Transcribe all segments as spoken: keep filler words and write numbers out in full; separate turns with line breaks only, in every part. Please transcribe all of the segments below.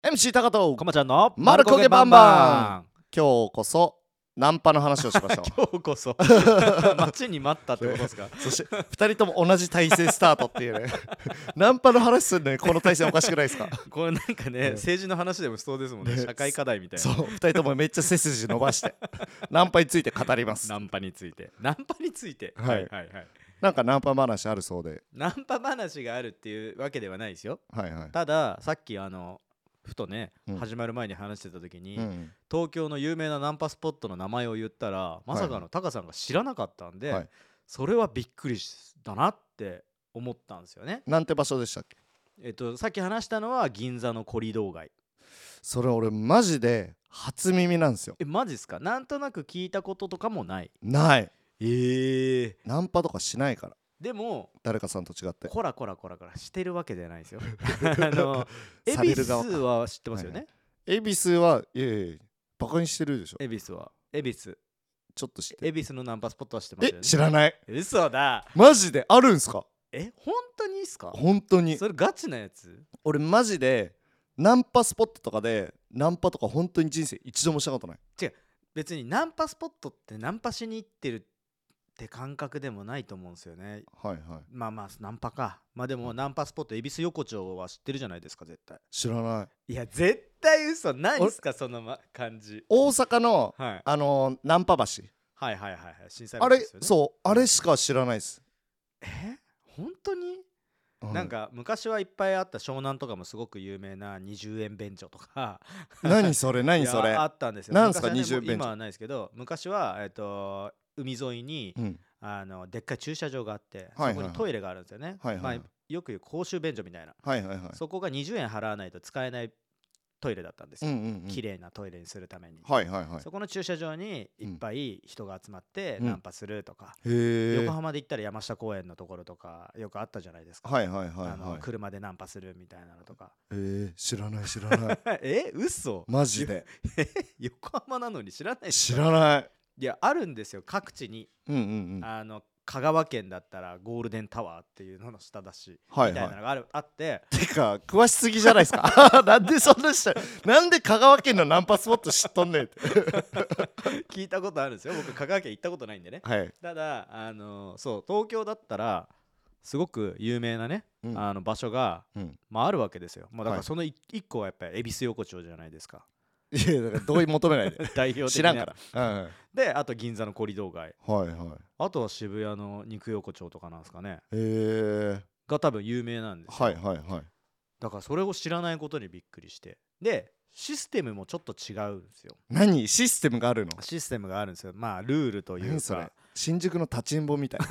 エムシー タカと
こまちゃんの
丸焦げバンバン。今日こそナンパの話をしましょう
今日こそ待ちに待ったってことですか
そしてふたりとも同じ体勢スタートっていうねナンパの話するのにこの体勢おかしくないですか？
これなんかね、政治の話でもそうですもんね、
ね
社会課題みたいな。
そうふたりともめっちゃ背筋伸ばしてナンパについて語ります。
ナンパについてナンパについて、
はい
はいはいはい。
なんかナンパ話あるそうで、
ナンパ話があるっていうわけではないですよ。
はいはい、
たださっきあのふとね、
うん
始まる前に話してた時に、
うん
東京の有名なナンパスポットの名前を言ったらまさかのタカさんが知らなかったんで、
はい、
それはびっくりしたなって思ったんですよね。
なんて場所でしたっけ？
えっとさっき話したのは銀座のコリドー街。
それ俺マジで初耳なんですよ。
えマジっすか？なんとなく聞いたこととかもない？
ない
えー、
ナンパとかしないから、
でも
誰かさんと違って。
コラコラコラコラしてるわけじゃないですよあの恵
され
比寿
る側か
は知ってますよね、
恵比寿はいやいやバカにしてるでしょ。
恵比寿は恵比寿
ちょっと知って
恵比寿のナンパスポットは知ってますよ
え
ね。
知らない。
嘘だ。
マジであるんすか？
え本当にいいっすか？
本当に
それガチなやつ？
俺マジでナンパスポットとかでナンパとか本当に人生一度もしたことない。
別にナンパスポットってナンパしに行ってるって感覚でもないと思うんですよね。
はいはい。
まあまあナンパか。まあでもナンパスポット恵比寿横丁は知ってるじゃないですか絶対。
知らない。
いや絶対嘘。何っすかその、ま、感じ。
大阪の、
はい、
あのー、ナンパ橋、
はいはいはいはい震災
あれ
橋ですよね。
そうあれしか知らないです。
え本当に、
う
なんか昔はいっぱいあった湘南とかもすごく有名なにじゅうえん便所とか
何それ何それ
いやあったんですよ。
なんすか
昔はね
にじゅうえん便所。
今はないですけど昔は、えー、と海沿いに、
うん
あのでっかい駐車場があって、
はいはいはい
そこにトイレがあるんですよね、
はいはいはい
まあ、よく言う公衆便所みたいな、
はいはいはい
そこがにじゅうえん払わないと使えないトイレだったんですよ、
うんうんうん
綺麗なトイレにするために、
はいはいはい。
そこの駐車場にいっぱい人が集まって
うん
ナンパするとか、
へえ
横浜で行ったら山下公園のところとかよくあったじゃないですか、
はいはいはい
あの
はい。
車でナンパするみたいなのとか
えー、知らない知らない
え嘘
マジで
横浜なのに知らないです
知
から
ない。
いやあるんですよ各地に。
うんうんうん
あの香川県だったらゴールデンタワーっていうのの下だし、
はいはい
みたいなのがあるあって
てか詳しすぎじゃないですかなんでそんなしたなんで香川県のナンパスポット知っとんねんって
聞いたことあるんですよ。僕香川県行ったことないんでね。
はい、
ただあのそう東京だったらすごく有名なね、
うん
あの場所が、
うん、
まあ、あるわけですよ。まあ、だか
はい
らその一一個はやっぱり恵比寿横丁じゃないですか
いやだから同意求めないで
代表的な
知らんから、うんうん、
であと銀座のコリドー街、
はいはい。
あとは渋谷の肉横丁とかなんですかね
へえ
が多分有名なんですよ。
はいはいはい。
だからそれを知らないことにびっくりして、でシステムもちょっと違うんですよ。
何システムがあるの？
システムがあるんですよ。まあルールという
何それ
か
新宿の立ちんぼみたい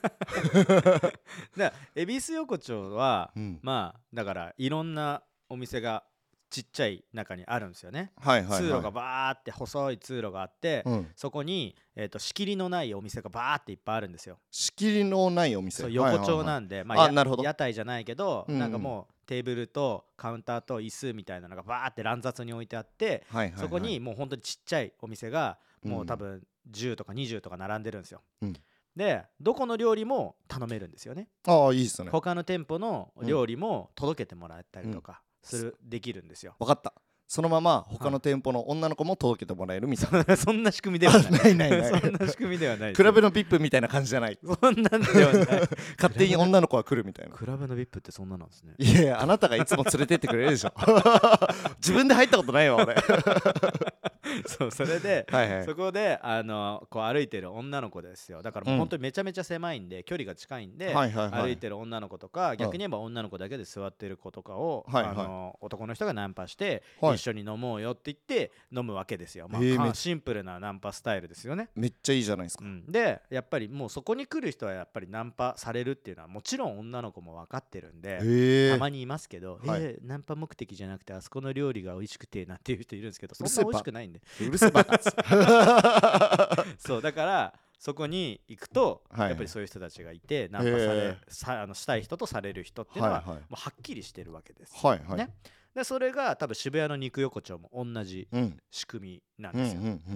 で恵比寿横丁は、
うん
まあだからいろんなお店がちっちゃい中にあるんですよね、
はいはいはい。
通路がバーって細い通路があって、
うん、
そこに、えー、と仕切りのないお店がバーっていっぱいあるんですよ。
仕切りのないお店。
そう横丁なんで、まあ、や
あなるほど
屋台じゃないけど、
うんうん
なんかもうテーブルとカウンターと椅子みたいなのがバーって乱雑に置いてあって、
はいはいはい、
そこにもう本当にちっちゃいお店がも
う
うん多分じゅうとかにじゅうとか並んでるんですよ、
うん
でどこの料理も頼めるんですよね。
ああいいっすね。
他の店舗の料理も届けてもらったりとかする、できるんですよ。
分かった。そのまま他の店舗の女の子も届けてもらえるみたいな
そんな仕組みではない
ないないない
そんな仕組みではないです
クラブの ブイアイピー みたいな感じじゃない。
そんなんではない
勝手に女の子が来るみたいな。
クラブの ブイアイピー ってそんななんですね。
いやいやあなたがいつも連れてってくれるでしょ自分で入ったことないわ俺
そうそれで、
はいはい
そこであのこう歩いてる女の子ですよ。だからもう
うん
本当にめちゃめちゃ狭いんで、距離が近いんで、
はいはいはい
歩いてる女の子とか逆に言えば女の子だけで座ってる子とかを、
はいはい
あの男の人がナンパして、
はい
一緒に飲もうよって言って飲むわけですよ。まあ
へーめ
かシンプルなナンパスタイルですよね。
めっちゃいいじゃないですか。
うん、でやっぱりもうそこに来る人はやっぱりナンパされるっていうのはもちろん女の子も分かってるんで、
へえ
たまにいますけど、
はい
えーナンパ目的じゃなくてあそこの料理が美味しくてなっていう人いるんですけど、そん
うるせえ
な美味しくないんで
うるせえバカ
そうだからそこに行くと、
はい
やっぱりそういう人たちがいてナンパされ、
へ
さあのしたい人とされる人っていうのは、
はいはい
もうはっきりしてるわけです、
はいはい、
ね、でそれが多分渋谷の肉横丁も同じ
うん
仕組みなん
うんう
ですよ、
んうん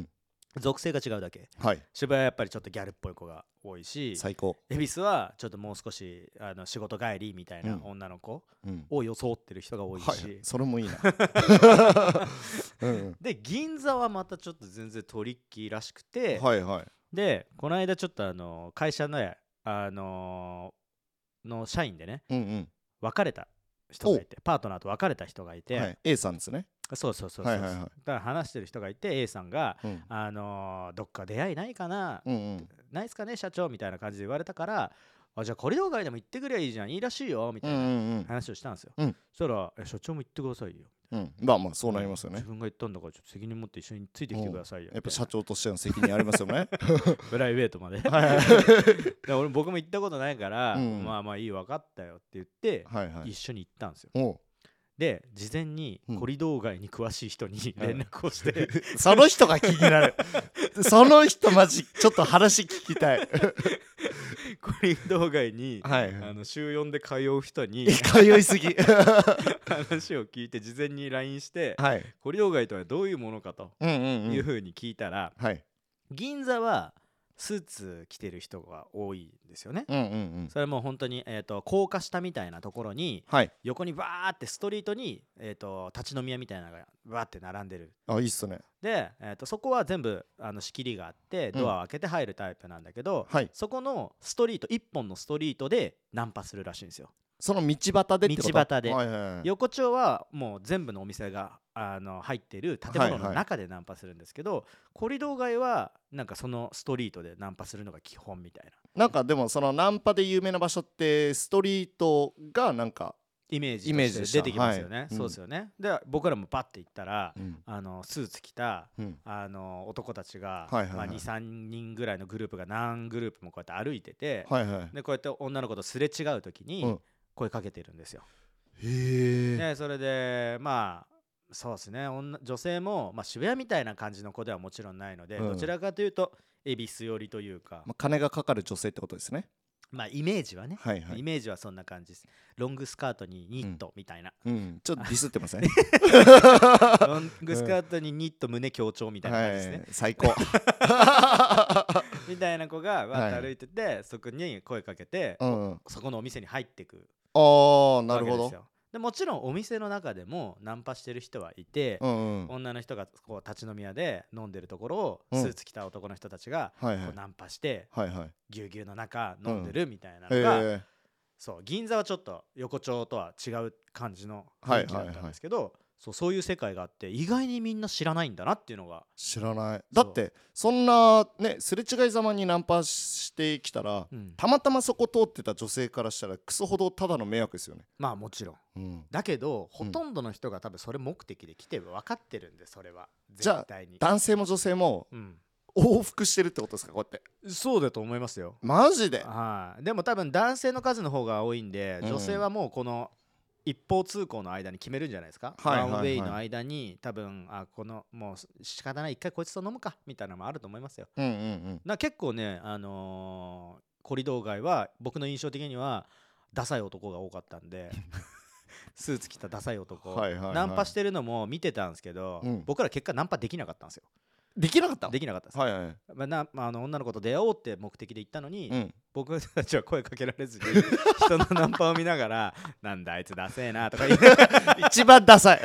属性が違うだけ。
はい。
渋谷はやっぱりちょっとギャルっぽい子が多いし、
最高。
恵比寿はちょっともう少しあの仕事帰りみたいな
うん
女の子
うん。
を装ってる人が多いし、
はい。それもいいな。うんうん。
で銀座はまたちょっと全然トリッキーらしくて、
はいはい。
でこの間ちょっとあの会社のあのの社員でね、
うん
別れた人がいて、パートナーと別れた人がいて、
うん。はい。A さんですね。
そうそうそうそう、
はいはいはい。
だから話してる人がいて A さんが、
うん
あのーどっか出会いないかな、
うんうん
ないっすかね社長みたいな感じで言われたから、あじゃあコリドー街でも行ってくりゃいいじゃん、いいらしいよみたいな
うんうん
話をしたんですよ、
うん
そしたらえ社長も行ってくださいよ、
うん。まあまあそうなりますよね
自。分が言ったんだからちょっと責任持って一緒についてきてくださいよ、
やっぱ社長としての責任ありますよね。
プライベートまで
はいはい
で俺僕も行ったことないから、
うん
まあまあいい分かったよって言って、
はいはい。
一緒に行ったんですよ。
おう
で事前に
うん
コリドー街に詳しい人に連絡をして、
その人が気になる。その人マジちょっと話聞きたい。
コリドー街に、
はいはい
あの週よんで通う人に
通いすぎ。
話を聞いて事前に ライン して、
はい。
コリドー街とはどういうものかと
うんうんうん。
いうふうに聞いたら、
はい。
銀座はスーツ着てる人が多いんですよね。
うんうんうん。
それも本当に、えー、と高架下みたいなところに
はい。
横にバーってストリートに、えー、と立ち飲み屋みたいなのがバーって並んでる。
あ、いいっすね。
で、えー、とそこは全部あの仕切りがあってドアを開けて入るタイプなんだけど、
はい。
そこのストリート一本のストリートでナンパするらしいんですよ。
その道端でってこと？
道端で
はいはいはい。
横丁はもう全部のお店があの入ってる建物の中でナンパするんですけど、コリドー街はなんかそのストリートでナンパするのが基本みたいな
なんかでもそのナンパで有名な場所ってストリートがなんか、
イメージ
イメージでした
として出てきますよね、
はい
そうですよね。で僕らもパッて行ったら、
うん
あのスーツ着た
うん
あの男たちが、
はいはいはい
まあ、にさんにんぐらいのグループが何グループもこうやって歩いてて、
はいはい。
でこうやって女の子とすれ違う時に
うん
声かけてるんですよ。
へえ。
でそれでまあそうですね、女女性も、まあ、渋谷みたいな感じの子ではもちろんないので、
うん
どちらかというと恵比寿寄りというか、
まあ、金がかかる女性ってことですね。
まあイメージはね、
はいはい。
イメージはそんな感じです。ロングスカートにニットみたいな、
うん。ちょっとディスってません？
ロングスカートにニット胸強調みたいな感じですね、
はい。最高。
みたいな子がわー
はい
って歩いてて、そこに声かけて、
うんうん。
そこのお店に入ってく
ああ、なるほど。
わけですよ。でもちろんお店の中でもナンパしてる人はいて、
うんうん。
女の人がこう立ち飲み屋で飲んでるところを
うん
スーツ着た男の人たちが
はいはい
こうナンパして
はいはい。
ぎゅうぎゅうの中飲んでるみたいな
へ
のが、
え。
そう銀座はちょっと横丁とは違う感じの雰囲気だったんですけど、そうそういう世界があって意外にみんな知らないんだなっていうのが、
知らない。だってそんなねすれ違いざまにナンパしてきたら、
うん
たまたまそこ通ってた女性からしたらクソほどただの迷惑ですよね。
まあもちろん
うん。
だけどほとんどの人が多分それ目的で来て分かってるんで、それは
じゃあ
絶対に、
男性も女性も
うん、
往復してるってことですか、こうやって。
そうだと思いますよ。
マジで？
はい、でも多分男性の数の方が多いんで、
うん
女性はもうこの一方通行の間に決めるんじゃないですか、
はいはいはい
ワンウェイの間に多分あこのもう仕方ない一回こいつと飲むかみたいなのもあると思いますよ。
うんうんうん。
な結構ね、あのーコリドー街は僕の印象的にはダサい男が多かったんでスーツ着たダサい男、
はいはいはい
ナンパしてるのも見てたんですけど、
うん
僕ら結果ナンパできなかったんですよ。
できなかった？
できなかったです、
はいはい。
まあなまあ、あの女の子と出会おうって目的で行ったのに、
うん。
僕たちは声かけられずに人のナンパを見ながらなんだあいつダセえなとか言って
一番ダサい。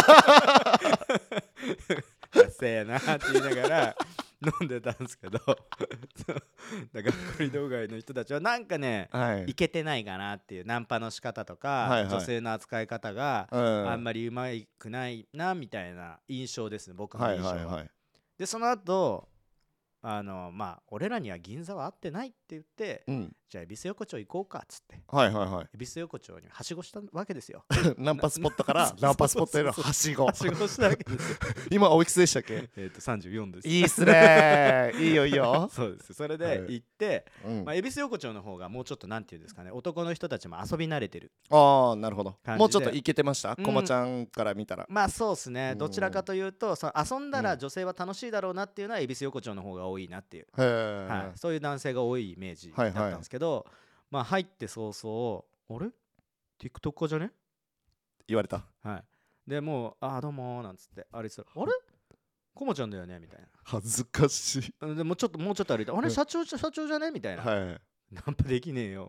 ダセえなって言いながら飲んでたんですけどそうだからコリドー街の人たちはなんかね
はい
いけてないかなっていう、ナンパの仕方とか、
はいはい
女性の扱い方が
うん
あんまりうまくないなみたいな印象ですね、僕の
はい
印象は、
はいはい。
でその後あのまあ俺らには銀座は合ってないって言って、
うん。
じゃあ恵比寿横丁行こうかっつって
はいはいはい。
恵比寿横丁にはしごしたわけですよ。
ナンパスポットからナンパスポットへのはしご
は。しごしたわけですよ。
今おいくつでしたっけ？
えっとさんじゅうよんです。
いいっすね。いいよいいよ。
そうです。それで
はい
行って、
うん
まあ恵比寿横丁の方がもうちょっとなんていうんですかね、男の人たちも遊び慣れてる。
ああ、なるほど。
感じで
もうちょっといけてました？
うん
こまちゃんから見たら。
まあそうですね。
うん
どちらかというと、その遊んだ
うん
ら女性は楽しいだろうなっていうのは恵比寿横丁の方が多いなっていう、
へえ。
はい、そういう男性が多いイメージだったんですけど、まあ入って早々、あれ TikToker じゃね？
言われた。
はい。でもう、あーどうもーなんつって歩いてたら、あれコモちゃんだよねみたい
恥ずかしい。
な。でもうちょっともうちょっと歩いて、あれ
うん
社長じゃ社長じゃねみたいな。
はい
ナンパできねえよ。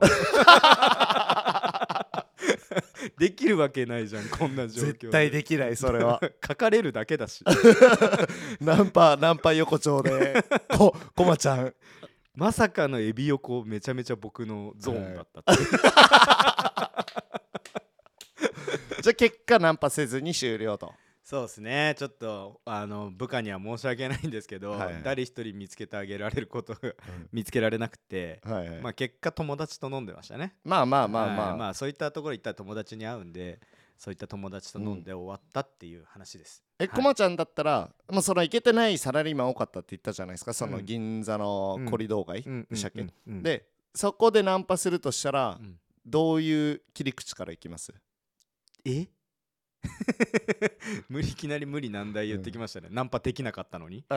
できるわけないじゃんこんな状況で。
絶対できないそれは。
書かれるだけだし。
ナンパナンパ横丁でここまちゃん
まさかのエビ横めちゃめちゃ僕のゾーンだったっていう。
じゃあ結果ナンパせずに終了と。
そうですね。ちょっとあの部下には申し訳ないんですけど、
はいはい
誰一人見つけてあげられることが見つけられなくて、
はいはい、
まあ結果友達と飲んでましたね。
まあまあまあまあ、
はいまあそういったところ行ったら友達に会うんで、そういった友達と飲んで終わったっていう話です。
え、
はい
こまちゃんだったら、もうその行けてないサラリーマン多かったって言ったじゃないですか、その
うん
銀座のコリドー街、
うん
でしたっけ、
うんうんうん
でそこでナンパするとしたら、
うん
どういう切り口からいきます？
え無理いきなり無理難題言ってきましたね、ナンパできなかったのに。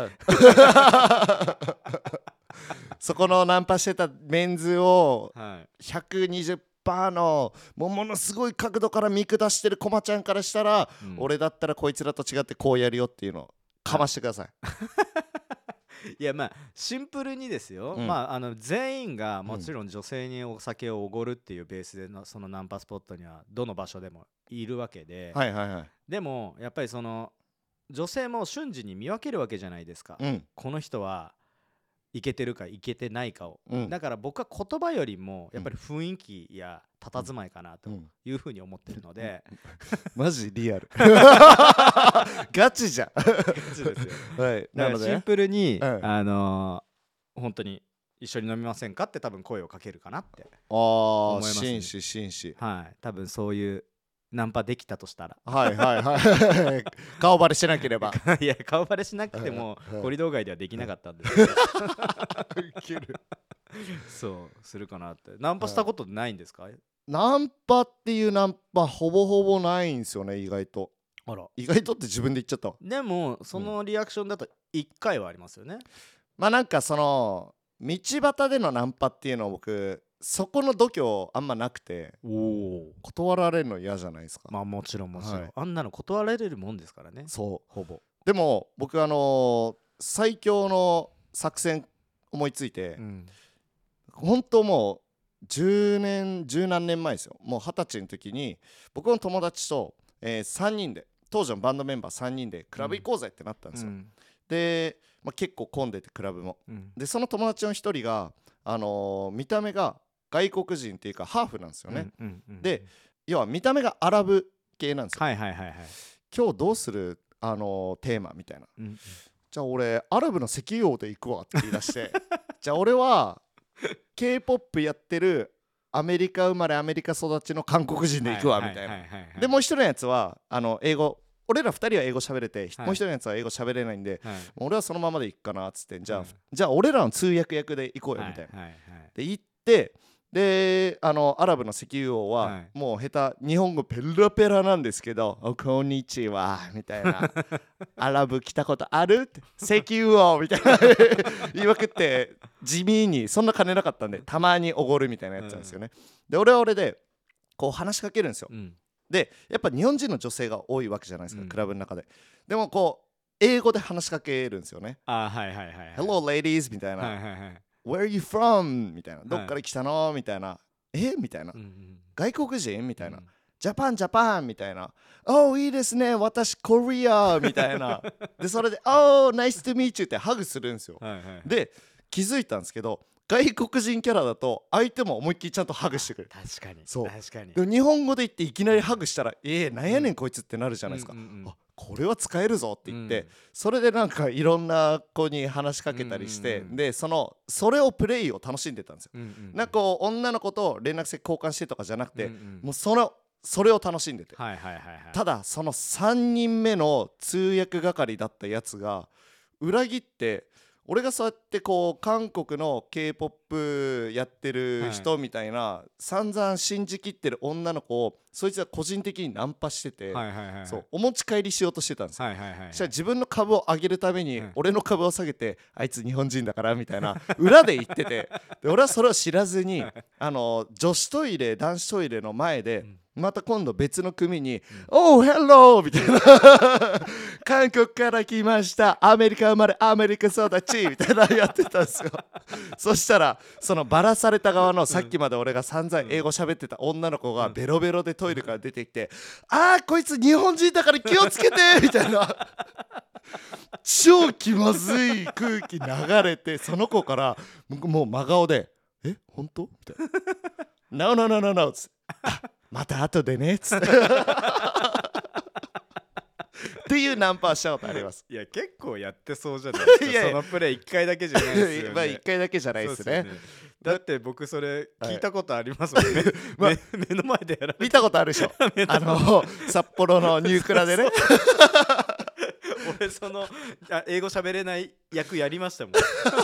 そこのナンパしてたメンズを
はい
ひゃくにじゅっパーセントのもうものすごい角度から見下してるコマちゃんからしたら、
うん
俺だったらこいつらと違ってこうやるよっていうのをかましてください。
いやまあシンプルにですよ、
うん
まああの全員がもちろん女性にお酒をおごるっていうベースでのそのナンパスポットにはどの場所でもいるわけで、
はいはいはい。
でもやっぱりその女性も瞬時に見分けるわけじゃないですか、
うん
この人はイケてるかイケてないかを、
うん
だから僕は言葉よりもやっぱり雰囲気や佇まいかなと
うん
いうふうに思ってるので、
マジリアルガチじゃん
マジですよ。
はいなの
だからシン
で
プルに、
うん
あのー本当に一緒に飲みませんかって多分声をかけるかなって、
ああ
いますね
紳士紳士
はい多分そういうナンパできたとしたら
はいはいはい顔バレしなければ
いや顔バレしなくても
うん
コリドー街ではできなかったんですけど
ウケる
そうするかなって。ナンパしたことないんですか？
ナンパっていうナンパほぼほぼないんですよね意外と。
あら
意外とって自分で言っちゃったわ。
でもそのリアクションだといっかいはありますよね。
まあなんかその道端でのナンパっていうのは僕そこの度胸あんまなくて
おお
断られるの嫌じゃないですか。
まあもちろんもちろん、
はい
あんなの断られるもんですからね。
そう
ほぼ、
でも僕あのー最強の作戦思いついて、
うん
本当もうじゅうねん十何年前ですよ。もう二十歳の時に僕の友達と、えー、さんにんで当時のバンドメンバーさんにんでクラブ行こうぜってなったんですよ、
うん
で、まあ、結構混んでてクラブも
うん
でその友達の一人が、あのー見た目が外国人っていうかハーフなんですよね、
うんうんうん
で要は見た目がアラブ系なんですよ、
はいはいはいはい、
今日どうする、あのーテーマみたいな。
うん
じゃあ俺アラブの石油王で行くわって言い出してじゃあ俺は K-ポップ やってるアメリカ生まれアメリカ育ちの韓国人で行くわみたいな。でもう一人のやつはあの英語俺ら二人は英語喋れて、はい、もう一人のやつは英語喋れないんで、はい、俺はそのままで行くかなっつってじゃあ、はい、じゃあ俺らの通訳役で行こうよみたいな、はいはいはい、で行ってであのアラブの石油王は、はい、もう下手日本語ペラペラなんですけどおこんにちはみたいなアラブ来たことあるって石油王みたいな言いまくって地味にそんな金なかったんでたまにおごるみたいなやつなんですよね、うん、で俺は俺でこう話しかけるんですよ、うんでやっぱ日本人の女性が多いわけじゃないですか、うん、クラブの中ででもこう英語で話しかけるんですよね。
あはいはいはい、はい、
Hello ladies みたいな、はいはいはい、Where are you from みたいな、どっから来たのみたいな、えみたいな、うんうん、外国人みたいな、ジャパンジャパンみたいな、Oh いいですね私コリアみたいなでそれで Oh nice to meet you ってハグするんですよ、はいはい、で気づいたんですけど外国人キャラだと相手も思いっきりちゃんとハグしてくる。
確かに
そう
確かに。
でも日本語で言っていきなりハグしたらええー、なんやねんこいつってなるじゃないですか、うんうんうん、あこれは使えるぞって言って、うん、それでなんかいろんな子に話しかけたりして、うんうんうん、でそのそれをプレイを楽しんでたんですよ、うんうんうん、なんかこう女の子と連絡先交換してとかじゃなくて、うんうん、もうそのそれを楽しんでて、はいはいはいはい、ただそのさんにんめの通訳係だったやつが裏切って俺がそうやってこう韓国の K-ポップ やってる人みたいな、はい、散々信じきってる女の子をそいつは個人的にナンパしてて、はいはいはいはい、そうお持ち帰りしようとしてたんですよ、はいはいはいはい、そしたら自分の株を上げるために俺の株を下げて、うん、あいつ日本人だからみたいな裏で言っててで俺はそれを知らずにあの女子トイレ男子トイレの前で、うんまた今度別の組に、うん、Oh hello みたいな韓国から来ましたアメリカ生まれアメリカ育ちみたいなのやってたんですよそしたらそのバラされた側のさっきまで俺が散々英語喋ってた女の子がベロベロでトイレから出てきて、あーこいつ日本人だから気をつけてみたいな超気まずい空気流れて、その子からもう真顔でえ本当みたいな No no no no no つってまた後でねっつってっていうナンパしたことあります。
いや結構やってそうじゃないですか。
いやいや
そのプレイいっかいだけじゃないですよね。
まあいっかいだけじゃないですね。
そうですよね。だって僕それ聞いたことありますもんね、
まあ
目目の前でやられて
見たことあるでしょあの札幌のニュークラでね
俺そのあ英語喋れない役やりましたもん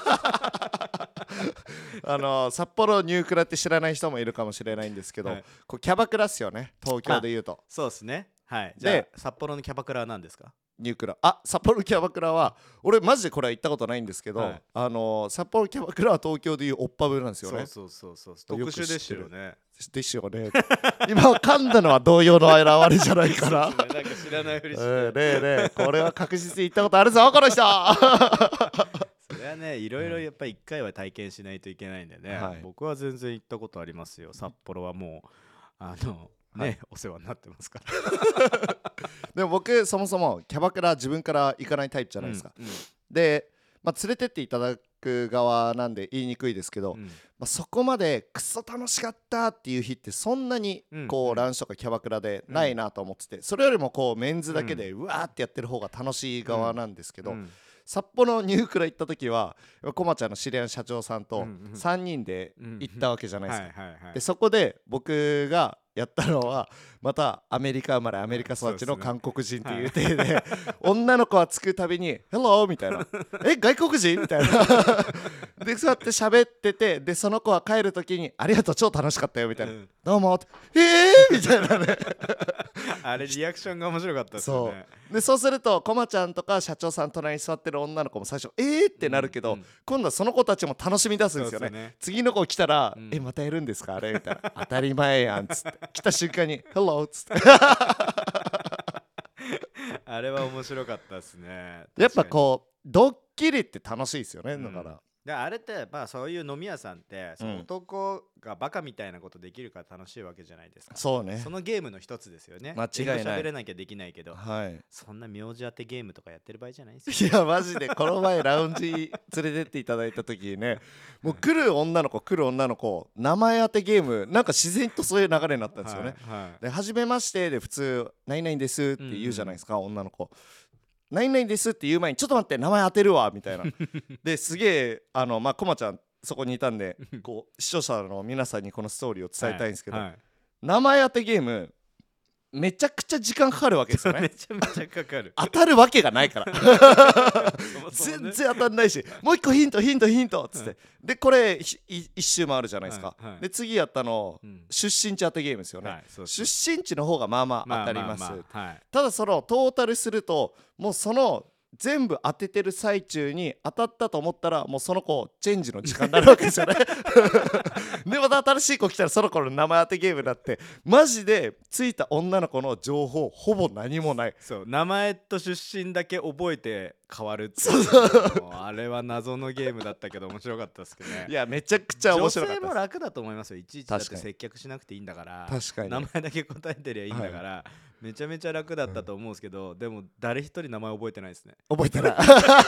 あの札幌ニュークラって知らない人もいるかもしれないんですけど、はい、こうキャバクラっすよね、東京でいうと。
そうですね。はい。じゃあ札幌のキャバクラは何ですか？
ニュークラ。あ、札幌キャバクラは俺マジでこれは行ったことないんですけど、はい、あの札幌キャバクラは東京でいうオッパブなんですよね。
そうそうそうそう、特殊ですよね。
ですよね今噛んだのは同様の表れじゃないかな。
ね、なんか知らないふりして、
えー、ねえねえこれは確実に行ったことあるぞこの人
それはね、いろいろやっぱりいっかいは体験しないといけないんでね、はい、僕は全然行ったことありますよ。札幌はもうあのね、はい、お世話になってますから
でも僕そもそもキャバクラ自分から行かないタイプじゃないですか、うんうん、で、まあ、連れてっていただく側なんで言いにくいですけど、うんまあ、そこまでクソ楽しかったっていう日ってそんなにこう、うん、ランチとかキャバクラでないなと思ってて、それよりもこうメンズだけでうわーってやってる方が楽しい側なんですけど、うんうん札幌ニュークラ行った時はコマちゃんの知り合いの社長さんとさんにんで行ったわけじゃないですか。でそこで僕がやったのはまたアメリカ生まれアメリカ育ちの韓国人っていう体で女の子は着くたびに「Hello」みたいな「え外国人?」みたいなでそうやって喋ってて、でその子は帰る時に「ありがとう超楽しかったよ」みたいな「どうも」えーみたいなね
あれリアクションが面白かったですよね。
そうでそうするとコマちゃんとか社長さん隣に座ってる女の子も最初えーってなるけど、うんうん、今度はその子たちも楽しみ出すんですよ ね, ね次の子来たら、うん、えまたやるんですかあれみたいな当たり前やんっつって来た瞬間に Hello っつって
あれは面白かったですね。
やっぱこうドッキリって楽しいですよね、うん、だから
であれってまあそういう飲み屋さんってその男がバカみたいなことできるから楽しいわけじゃないですか。
そうね、
そのゲームの一つですよね。
間違いない。
喋れなきゃできないけど、
はい、
そんな名字当てゲームとかやってる場合じゃないです
よ。いやマジでこの前ラウンジ連れてっていただいた時にねもう来る女の子来る女の子名前当てゲームなんか自然とそういう流れになったんですよね。はいはい、で初めましてで普通何々ですって言うじゃないですか、うんうん、女の子何々ですって言う前にちょっと待って名前当てるわみたいなですげえあのまあコマちゃんそこにいたんでこう視聴者の皆さんにこのストーリーを伝えたいんですけど、はいはい、名前当てゲームめちゃくちゃ時間かかるわけですよね。
めちゃめちゃかかる
当たるわけがないから全然当たんないしもう一個ヒントヒントヒントっつって、はい、でこれ一周回るじゃないですか、はいはい、で次やったの、うん、出身地当てゲームですよね、はい、そうそう出身地の方がまあまあ当たります、まあまあまあはい、ただそのトータルするともうその全部当ててる最中に当たったと思ったらもうその子チェンジの時間になるわけですよねでまた新しい子来たらその子の名前当てゲームになってマジでついた女の子の情報ほぼ何もない。
そう名前と出身だけ覚えて変わるっていうそうあれは謎のゲームだったけど面白かったですけどね。
いやめちゃくちゃ面白かったです。
女性も楽だと思いますよ。いちいちだって接客しなくていいんだから
確かに
名前だけ答えてりゃいいんだから、はい、めちゃめちゃ楽だったと思うんですけど、うん、でも誰一人名前覚えてないですね。
覚えてない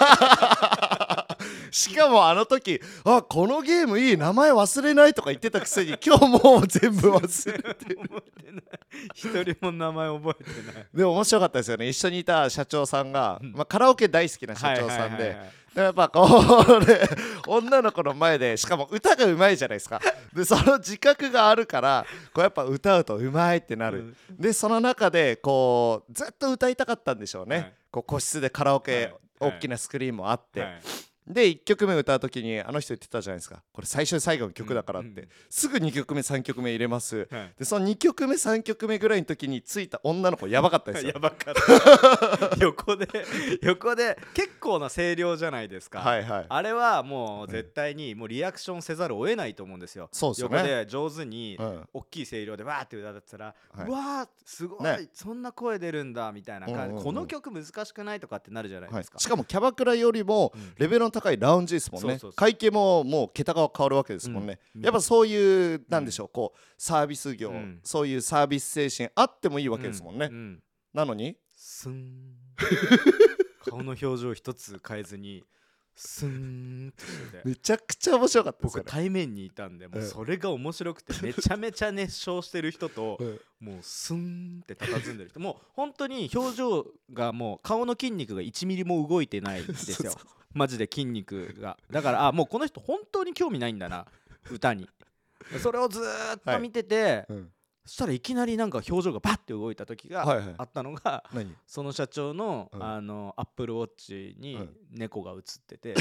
しかもあの時あこのゲームいい名前忘れないとか言ってたくせに今日もう全部忘れてる
一人も名前覚えてない
でも面白かったですよね。一緒にいた社長さんが、まあ、カラオケ大好きな社長さんでやっぱこう、ね、女の子の前でしかも歌がうまいじゃないですか。でその自覚があるからこうやっぱ歌うとうまいってなる、うん、でその中でこうずっと歌いたかったんでしょうね、はい、こう個室でカラオケ、はい、大きなスクリーンもあって、はい、 でいっきょくめ歌う時にあの人言ってたじゃないですか、これ最初で最後の曲だからって、
うんうん、
すぐにきょくめさんきょくめ入れます、
はい、
でそのにきょくめさんきょくめぐらいの時についた女の子やばかったですよ
やばかった横で横で結構な声量じゃないですか、
はいはい、
あれはもう絶対にもうリアクションせざるを得ないと思うんですよ。
そうですよね、
横で上手に大きい声量でわーって歌ってたら、はい、うわーすごい、ね、そんな声出るんだみたいな感じ、うんうんうん、この曲難しくないとかってなるじゃないですか、
はい、しかもキャバクラよりもレベルの高いラウンジですもんね、うん、そうそうそう、会計ももう桁が変わるわけですもんね、うん、やっぱそういうなんでしょう、こうサービス業、うん、そういうサービス精神あってもいいわけですもんね、うんうん、なのに
スン顔の表情一つ変えずにスンってしてて
めちゃくちゃ面白かったですよね。
僕対面にいたんでもうそれが面白くてめちゃめちゃ熱唱してる人ともうスンって佇んでる人、もう本当に表情がもう顔の筋肉がいちミリも動いてないんですよマジで筋肉が。だからあもうこの人本当に興味ないんだな歌に。それをずーっと見てて、はい、うん、そしたらいきなりなんか表情がバッて動いた時があったのが、はいはい、その社長の、うん、あのアップルウォッチに猫が写ってて、うん、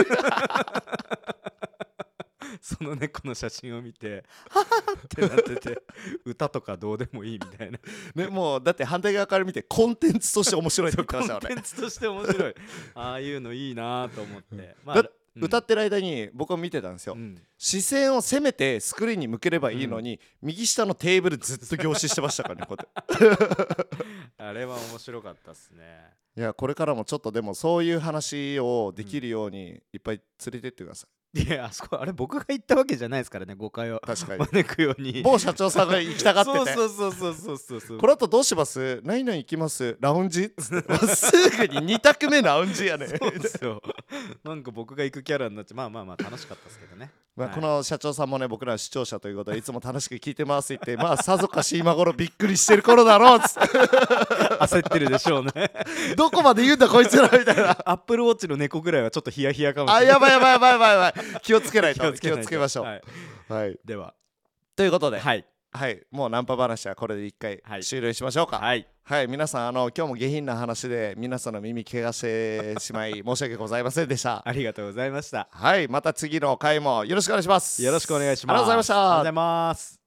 その猫の写真を見てははってなってて歌とかどうでもいいみたいな
ね、もうだって反対側から見てコンテンツとして面白いって言ってましたよね
コンテンツとして面白いああいうのいいなと思って、うん、まあ
うん、歌ってる間に僕は見てたんですよ、うん、視線をせめてスクリーンに向ければいいのに、うん、右下のテーブルずっと凝視してましたからねこうやって
あれは面白かったっすね。
いやこれからもちょっとでもそういう話をできるようにいっぱい連れてってください。
いやあそこあれ僕が言ったわけじゃないですからね、誤解を
確かに
招くように
某社長さんが行きたがってて
そうそうそうそうそうそう
この後どうします、何々行きますラウンジすぐにに択目ラウンジやね
そうですよなんか僕が行くキャラになっちゃまあまあまあ楽しかったですけどね。
まあ、この社長さんもね僕ら視聴者ということでいつも楽しく聞いてますって言ってまあさぞかし今頃びっくりしてる頃だろうっつって
焦ってるでしょうね
どこまで言うんだこいつらみたいな
アップルウォッチの猫ぐらいはちょっとヒヤヒヤかもしれない。
あやばいやばいやばいやばいやばい気をつけないと気をつけましょう、はいはい、
では
ということで、
はい
はい、もうナンパ話はこれで一回終了しましょうか。はい、はい、皆さんあの今日も下品な話で皆さんの耳怪我してしまい申し訳ございませんでした
ありがとうございました。
はい、また次の回もよろしくお願いします。
よろしくお願いします。
ありがとうございました。
ありがとうございます。